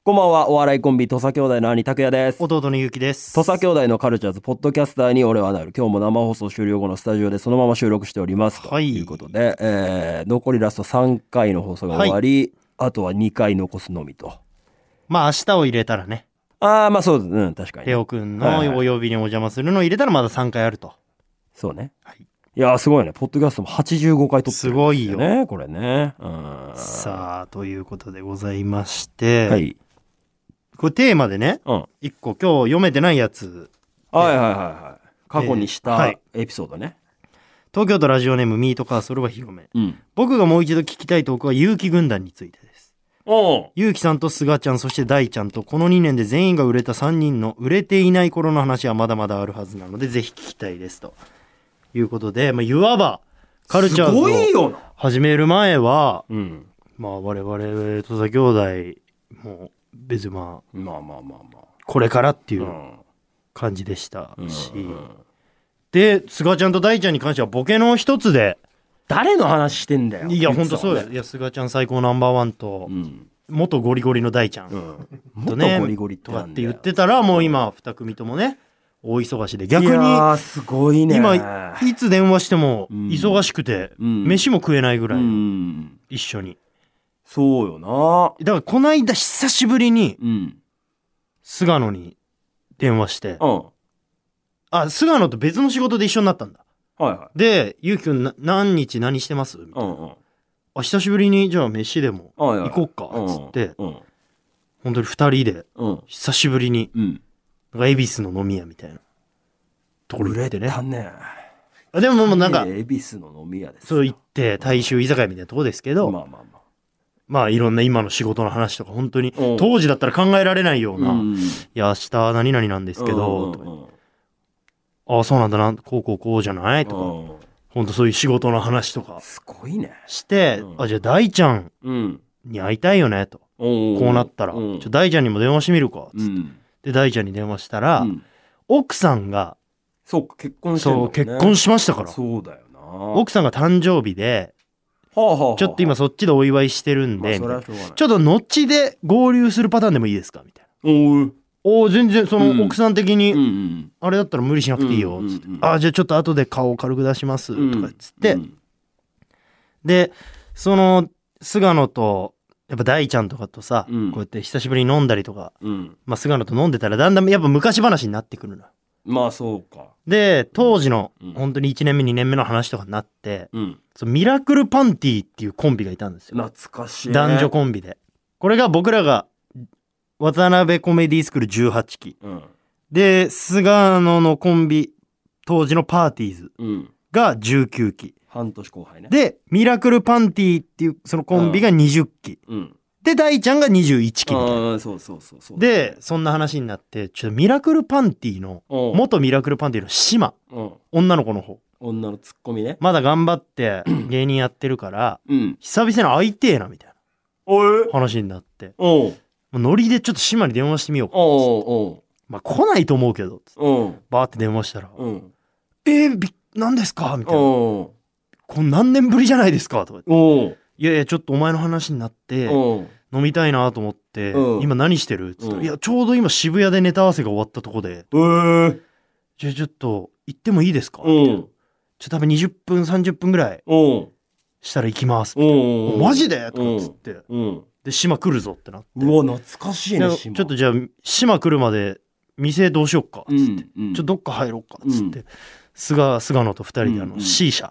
こんばんは、お笑いコンビ土佐兄弟の兄拓也です。 弟のゆうきです。 土佐兄弟のカルチャーズポッドキャスターに俺はなる。今日も生放送終了後のスタジオでそのまま収録しております、 はい、 ということで、残りラスト3回の放送が終わり、あとは2回残すのみと。 まあ明日を入れたらね。 まあそうです。確かに。 レオくんのお呼びにお邪魔するのを入れたらまだ3回あると。 そうね。 はい。 いやーすごいね。ポッドキャストも85回撮ってるんですよね。 すごいよ。 これね。 さあ、ということでございまして。 はい。 これテーマでね、一個今日読めてないやつ。 はい。過去にしたエピソードね。 東京都ラジオネームミートカーソルは広め。僕がもう一度聞きたいトークは結城軍団についてです。結城さんと菅ちゃん、そして大ちゃんとこの2年で全員が売れた3人の売れていない頃の話はまだまだあるはずなので、ぜひ聞きたいですということで、いわばカルチャーズを始める前は、我々土佐兄弟も別にこれからっていう感じでしたし、で菅ちゃんと大ちゃんに関してはボケの一つで、 誰の話してんだよ。 いやほんとそうや。いや菅ちゃん最高ナンバーワンと、元ゴリゴリの大ちゃんとね、 元ゴリゴリとかって言ってたら、もう今2組ともね大忙しで、逆にすごいね。 今いつ電話しても忙しくて、飯も食えないぐらい、一緒に。 そうよな。 だからこの間久しぶりに菅野に電話して、菅野と別の仕事で一緒になったんだ。で、ゆうきくん何日何してますみたいな。久しぶりにじゃあ飯でも行こっかっつって、本当に2人で久しぶりに恵比寿の飲み屋みたいなところ行ってね。でももうなんか恵比寿の飲み屋です。 そう行って大衆居酒屋みたいなとこですけど、いろんな今の仕事の話とか、本当に当時だったら考えられないような、いや明日何々なんですけどとか、ああそうなんだな、こうじゃないとか、本当そういう仕事の話とかすごいねして、じゃあ大ちゃんに会いたいよねと、こうなったら大ちゃんにも電話してみるかっつって、で大ちゃんに電話したら、奥さんが結婚してんのね。 結婚しましたから。 そうだよな。 奥さんが誕生日で、ちょっと今そっちでお祝いしてるんで、ちょっと後で合流するパターンでもいいですかみたいな。全然その奥さん的にあれだったら無理しなくていいよつって、じゃあちょっと後で顔を軽く出しますとかっつって、でその菅野とやっぱ大ちゃんとかとさ、こうやって久しぶりに飲んだりとか、菅野と飲んでたらだんだんやっぱ昔話になってくるの。 まあそうか。 で当時の本当に1年目2年目の話とかになって、そのミラクルパンティっていうコンビがいたんですよ。 懐かしい、 男女コンビで。これが僕らが渡辺コメディスクール18期、で菅野のコンビ当時のパーティーズが19期、 半年後輩ね。 でミラクルパンティっていうそのコンビが20期、で大ちゃんが21期みたいな。 そうでそんな話になって、ちょっとミラクルパンティの元ミラクルパンティの島、女の子の方、 女のツッコミね、 まだ頑張って芸人やってるから、久々に会いてえなみたいな話になって、ノリでちょっと島に電話してみようか。来ないと思うけどバーって電話したら、何ですかみたいな、こん何年ぶりじゃないですかとか言って、いやちょっとお前の話になって飲みたいなと思って、今何してるっつったら、いやちょうど今渋谷でネタ合わせが終わったとこで、じゃあちょっと行ってもいいですかみたいな、ちょっと多分20分30分ぐらいしたら行きますみたいな、マジでとかっつって、で島来るぞってなって、 うわ懐かしいね。 ちょっとじゃあ島来るまで店どうしよっかっつって、ちょっとどっか入ろうかっつって、菅野と2人でシーシ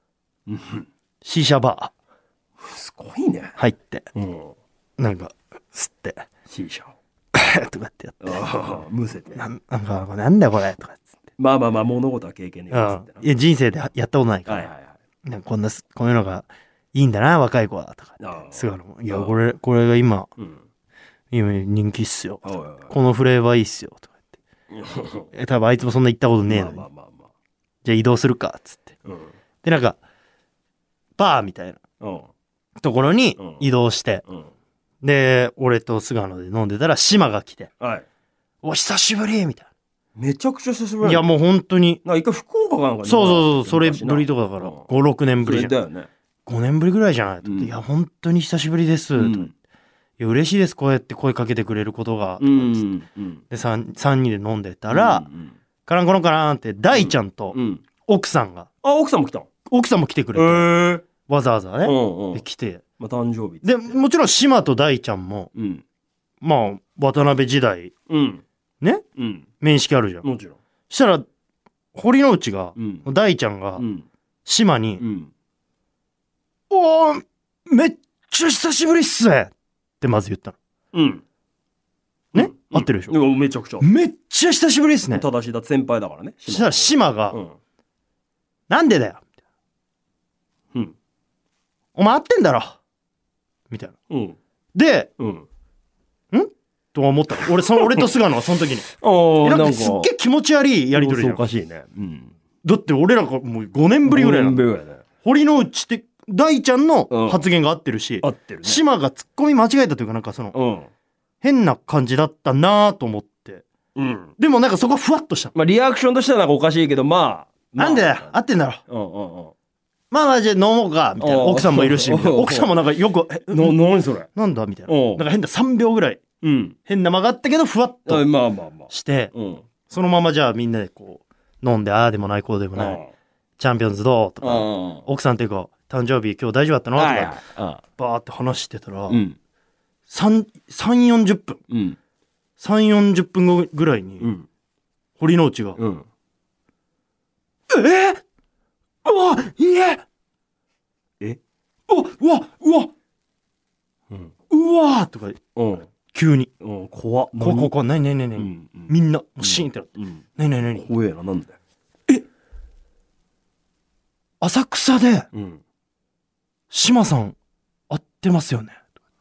ャバーすごいね入って、なんか吸ってシーシャをとかってやって、 むせて、 なんかなんだよこれとかっつって、 物事は経験で、 いや人生でやったことないから、なんかこういうのがいいんだな若い子はとかって、菅野もいやこれが今人気っすよ、このフレーバーいいっすよとか言って、多分あいつもそんな言ったことねえのに、じゃあ移動するかっつって、でなんかバーみたいなところに移動して、で俺と菅野で飲んでたら島が来て、お久しぶりみたいな、 めちゃくちゃ久しぶり。 いやもう本当に一回福岡かなんかに、 そうそれぶりとかだから、5、6年ぶりじゃん。 だよね。 5年ぶりぐらいじゃないと、いや本当に久しぶりですと、いいや嬉しいですこうやって声かけてくれることが、で 3人で飲んでたら、カランコロンカランって大ちゃんと奥さんが、 奥さんも来たの？ 奥さんも来てくれて、わざわざね、で来て、 誕生日でもちろん島と大ちゃんも、まあ渡辺時代、ね、面識あるじゃん。 もちろん。 したら堀之内が、大ちゃんが、島に、おーめっちゃ久しぶりっすねってまず言ったの。ね、合ってるでしょ。 めちゃくちゃ。 めっちゃ久しぶりっすね。 正しいだ先輩だからね。 そしたら島が、なんでだよ。お前合ってんだろみたいな。で、と思ったの。俺と菅野はその時に。なんかすっげえ気持ち悪いやりとりじゃん。 おかしいね。 だって俺らがもう5年ぶりぐらいなの。堀之内って大ちゃんの発言が合ってるし、島がツッコミ間違えたというかなんかその、変な感じだったなと思って。でもなんかそこはふわっとした。 まあリアクションとしてはなんかおかしいけど、まあ。 なんでだよ合ってんだろ。まあまあじゃあ飲もうかみたいな。奥さんもいるし、奥さんもなんかよく、 何それなんだみたいな。なんか変な3秒ぐらい。変な間があったけどふわっとして、そのままじゃあみんなでこう飲んで、ああでもないこうでもないチャンピオンズどうとか、奥さんっていうか誕生日今日大丈夫だったのとかバーって話してたら、3,40分3,40分後ぐらいに堀之内がうわいいえうわとか急に怖っ何みんなシーンってなって何怖えな。なんだよ。 浅草で島さん会ってますよね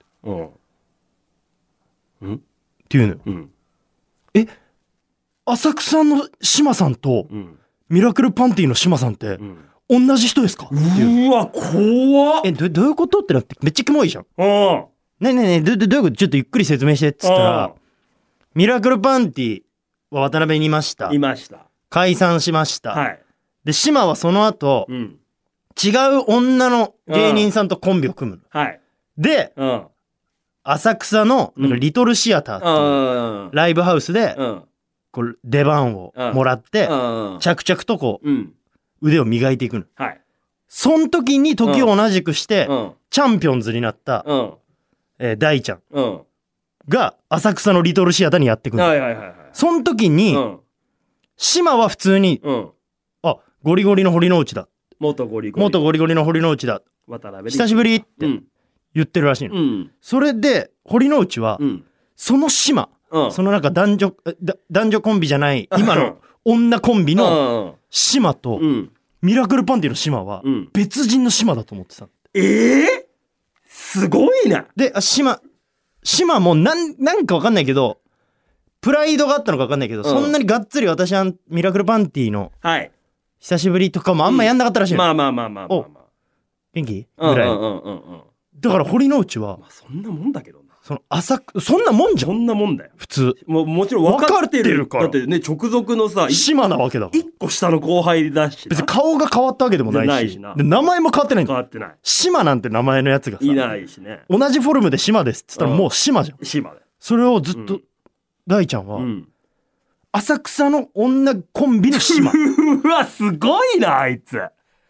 っていうのよ。浅草の島さんとミラクルパンティの島さんって同じ人ですか？ うわ怖っ。 どういうことってなってめっちゃキモいじゃん。ねえどういうことちょっとゆっくり説明してっつったら、ミラクルパンティは渡辺にいました。解散しました。で島はその後、違う女の芸人さんとコンビを組むの。で、浅草のなんかリトルシアターっていうライブハウスで、こう出番をもらって、着々とこう、腕を磨いていくの。その時に時を同じくして、チャンピオンズになった、大ちゃんが浅草のリトルシアターにやってくる。その時に、島は普通に、ゴリゴリの堀之内だ。元ゴリゴリの堀之内だ。久しぶりって言ってるらしいの。それで、堀之内は、その島、そのなんか男女コンビじゃない、今の女コンビの島と、ミラクルパンティの島は、別人の島だと思ってた。 すごいな。 で、島もなんかわかんないけど、プライドがあったのかわかんないけど、そんなにがっつり私はミラクルパンティの、久しぶりとかもあんまやんなかったらしいの。 まあ。 元気ぐらい。だから堀之内は、 そんなもんだけどな。 そんなもんじゃん。 そんなもんだよ。 普通。 もちろん分かってるから。だってね、直属のさ、 島なわけだ。 一個下の後輩だし。 別に顔が変わったわけでもないし。で名前も変わってないんだ。 変わってない。 島なんて名前のやつがさ。 いないしね。 同じフォルムで島ですって言ったらもう島じゃん。 島だよ。 それをずっと、大ちゃんは、浅草の女コンビの島。 うわ、すごいな、あいつ。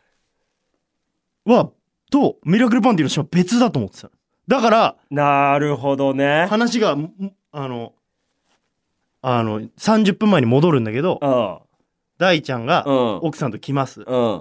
と、ミラクルパンティの島別だと思ってた。だから、 なるほどね。 話が、30分前に戻るんだけど、大ちゃんが奥さんと来ます。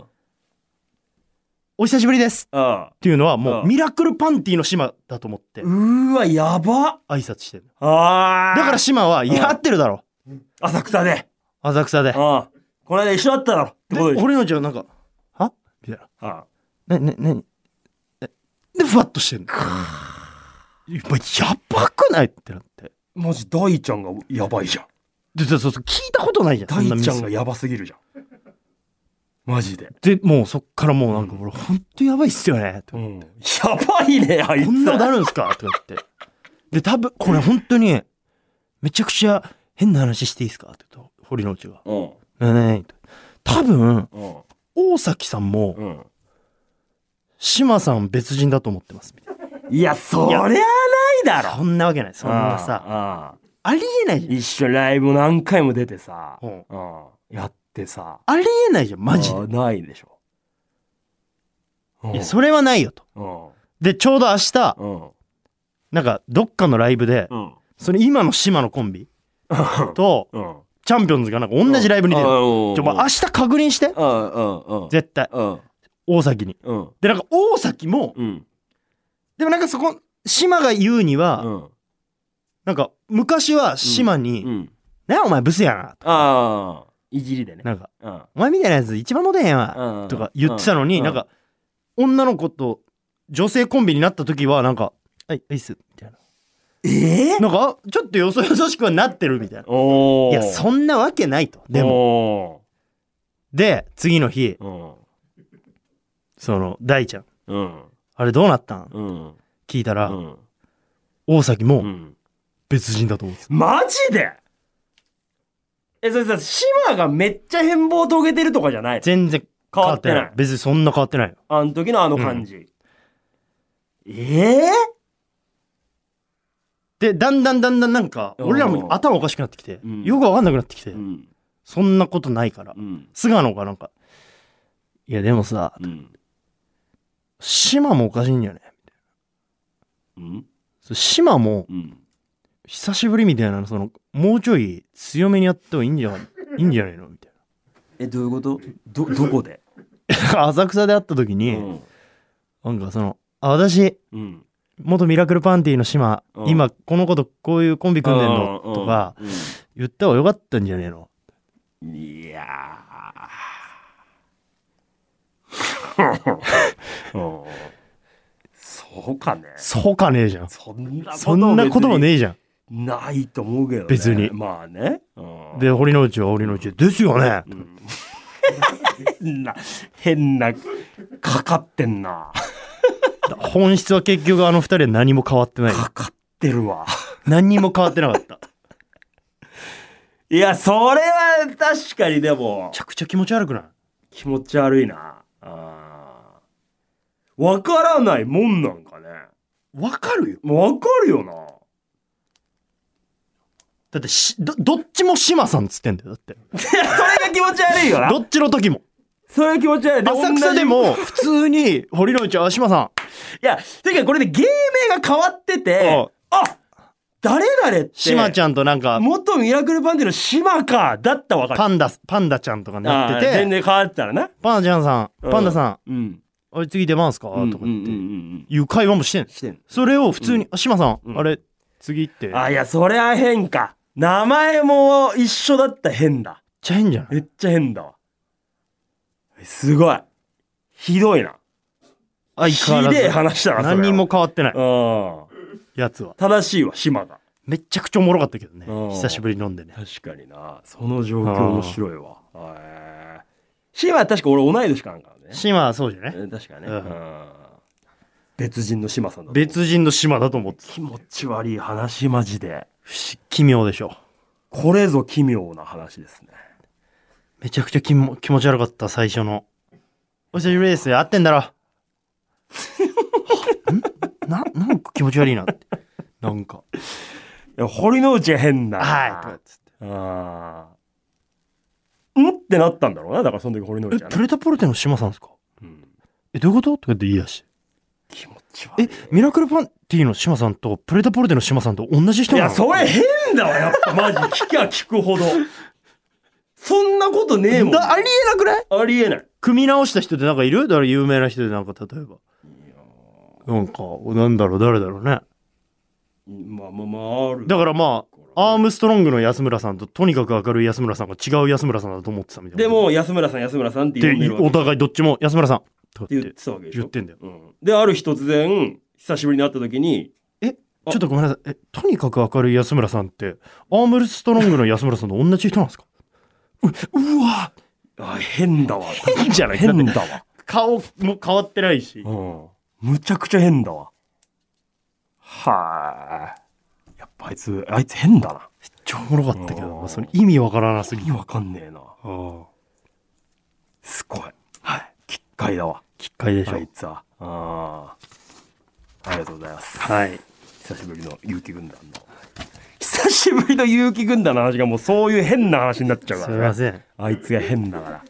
お久しぶりですっていうのはもうミラクルパンティの島だと思って。 わ、やば。 挨拶してる。だから島は、合ってるだろ。 浅草で。 この間一緒だっただろ。ってことでしょ。 俺のじゃなんか、はみたいな。で、ふわっとしてんの。やばくないってなって。 マジ大ちゃんがやばいじゃん。 そう聞いたことないじゃん。 大ちゃんがやばすぎるじゃん。マジで。 で、もうそっからもうなんか俺ほんとやばいっすよね。 やばいね、あいつ。 こんなことあるんすかとか言って。で、多分、これほんとに、めちゃくちゃ変な話していいっすかって言うと、堀之内が。多分、大崎さんも、島さん別人だと思ってます。 いや、そりゃないだろ。 そんなわけない。そんなさ、ありえないじゃん。 一緒にライブ何回も出てさ、やってさ、 ありえないじゃん、マジで。 ないでしょ。 いや、それはないよと。で、ちょうど明日、なんか、どっかのライブで、それ今の島のコンビと、チャンピオンズがなんか同じライブに出る。明日確認して。絶対。大崎に。で、なんか大崎も、でもなんかそこ、島が言うには、なんか昔は島に、なんやお前ブスやなと。 いじりでね。 なんか、お前みたいなやつ一番モテへんわ。とか言ってたのに、なんか、女の子と女性コンビになった時は、なんか、はい、いいっす。みたいな。なんかちょっとよそよそしくはなってるみたいな。いやそんなわけないと。でもで次の日、その大ちゃん、あれどうなったん、聞いたら、大崎も別人だと思うんです。 マジで？それさ、島がめっちゃ変貌遂げてるとかじゃない？ 全然変わってない。別にそんな変わってないよ。 あの時のあの感じ。 で、だんだんなんか、俺らも頭おかしくなってきて、よくわかんなくなってきて、そんなことないから、菅野がなんか、いやでもさ、島もおかしいんじゃねみたいな。島も、久しぶりみたいなの、その、もうちょい強めにやった方がいいんじゃないのみたいな。 どういうこと？どこで？ 浅草で会った時に、なんかその、私、元ミラクルパンティの島、今この子とこういうコンビ組んでんのとか言った方がよかったんじゃねえの？ いやそうかね。 そうかねえじゃん。 そんなこともねえじゃん。 ないと思うけどね。 別に。 まあね。 で堀之内は堀之内ですよね。 変なかかってんな。 本質は結局あの二人は何も変わってない。 かかってるわ。 何にも変わってなかった。 いや、それは確かにでも。 めちゃくちゃ気持ち悪くない？ 気持ち悪いな。わからないもんなんかね。 わかるよ。 わかるよな。 だってどっちも島さんっつってんだよ。だって。いや、それが気持ち悪いよな。 どっちの時も。 それが気持ち悪い。 浅草でも普通に堀之内島さん。 いや、てかこれで芸名が変わってて、誰々って。 島ちゃんとなんか。 元ミラクルパンティの島か、だったらわかる。 パンダちゃんとかなってて。 全然変わってたらな。 パンダさん。あれ次出ますかとかっていう会話もしてん。それを普通に、島さん、あれ次って。 いや、それは変か。名前も一緒だったら変だ。 めっちゃ変じゃない？ めっちゃ変だわ。すごい。ひどいな。ひでえ話だな、 何にも変わってない。やつは。 正しいわ、島が。 めっちゃくちゃおもろかったけどね。久しぶりに飲んでね。 確かにな。その状況面白いわ。島は確か俺同い年かなんかね。 島はそうじゃね。 確かね。別人の島さんだ。 別人の島だと思って。 気持ち悪い話マジで。 奇妙でしょ。 これぞ奇妙な話ですね。 めちゃくちゃ気持ち悪かった最初の。お久しぶりです。合ってんだろ。なんか気持ち悪いなって。なんか。 いや、堀之内が変だな。 はい。とかっつって。 ってなったんだろうな。だからその時堀之内はね。 プレタポルテの島さんですか？どういうこととかって言い出して。 気持ち悪い。 ミラクルパンティの島さんとプレタポルテの島さんと同じ人なの？ いや、それ変だわ、やっぱマジ。聞きゃ聞くほど。そんなことねえもん。 ありえなくない？ ありえない。 組み直した人でなんかいる？だから有名な人でなんか例えば。なんか、なんだろう、誰だろうね。 まあ、ある。 だからまあ、アームストロングの安村さんととにかく明るい安村さんが違う安村さんだと思ってたみたいな。 でも、安村さんって呼んでるわけ。 お互いどっちも安村さんって言ってたわけでしょ。 言ってんだよ。 で、ある日突然、久しぶりに会った時に、 ちょっとごめんなさい。とにかく明るい安村さんって、アームストロングの安村さんと同じ人なんですか？うわ変だわ。 変じゃない？ 変だわ。 顔も変わってないし。 むちゃくちゃ変だわ。やっぱあいつ変だな。めっちゃおもろかったけど、それ意味わからなすぎ。 意味わかんねえな。すごい。奇怪だわ。 奇怪でしょ。 あいつは。ありがとうございます。 はい。 久しぶりの結城軍団の久しぶりの結城軍団の話がもうそういう変な話になっちゃうから、ね、 すいません、 あいつが変だから。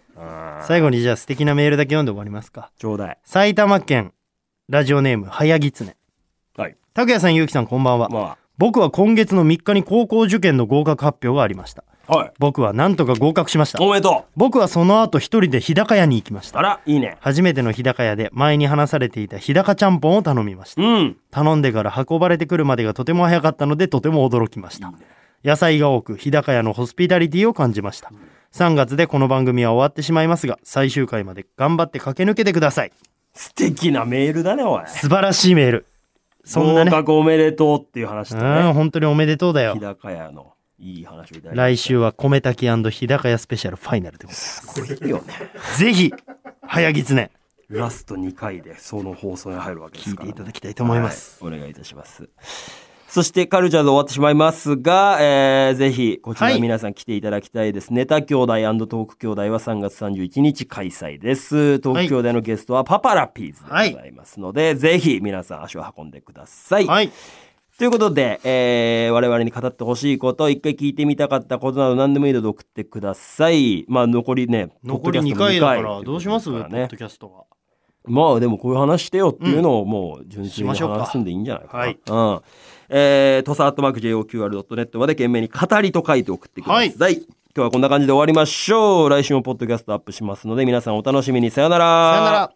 最後にじゃあ素敵なメールだけ読んで終わりますか。 ちょうだい。 埼玉県ラジオネームはやぎつね。 はい。 拓也さん、ゆうきさん、こんばんは。僕は今月の3日に高校受験の合格発表がありました。はい。僕はなんとか合格しました。 おめでとう。 僕はその後一人で日高屋に行きました。 あら、いいね。 初めての日高屋で前に話されていた日高ちゃんぽんを頼みました。頼んでから運ばれてくるまでがとても早かったのでとても驚きました。いいね。野菜が多く日高屋のホスピタリティを感じました。3月でこの番組は終わってしまいますが、最終回まで頑張って駆け抜けてください。 素敵なメールだね、おい。 素晴らしいメール。そんなね、 合格おめでとうっていう話とね。 本当におめでとうだよ。 日高屋のいい話をいただきました。 来週は米炊き&日高屋スペシャルファイナルでございます。 これいいよね。 ぜひ早ぎつねラスト2回でその放送に入るわけですから、 聞いていただきたいと思います、 はい、お願いいたします。そしてカルチャーで終わってしまいますが、ぜひこちら皆さん来ていただきたいです、はい、ネタ兄弟&トーク兄弟は3月31日開催です。トーク兄弟のゲストはパパラピーズでございますので、はい、ぜひ皆さん足を運んでください、はい。ということで、我々に語ってほしいこと、一回聞いてみたかったことなど何でもいいので送ってください。まあ残り2 回だからどうします、ポッドキャストは。 まあでもこういう話してよっていうのをもう純粋に話すんでいいんじゃないかな。はい。トサ@JOQR.net まで懸命に語りと書いて送ってください。はい、今日はこんな感じで終わりましょう。来週もポッドキャストアップしますので皆さんお楽しみに。さよなら。さよなら。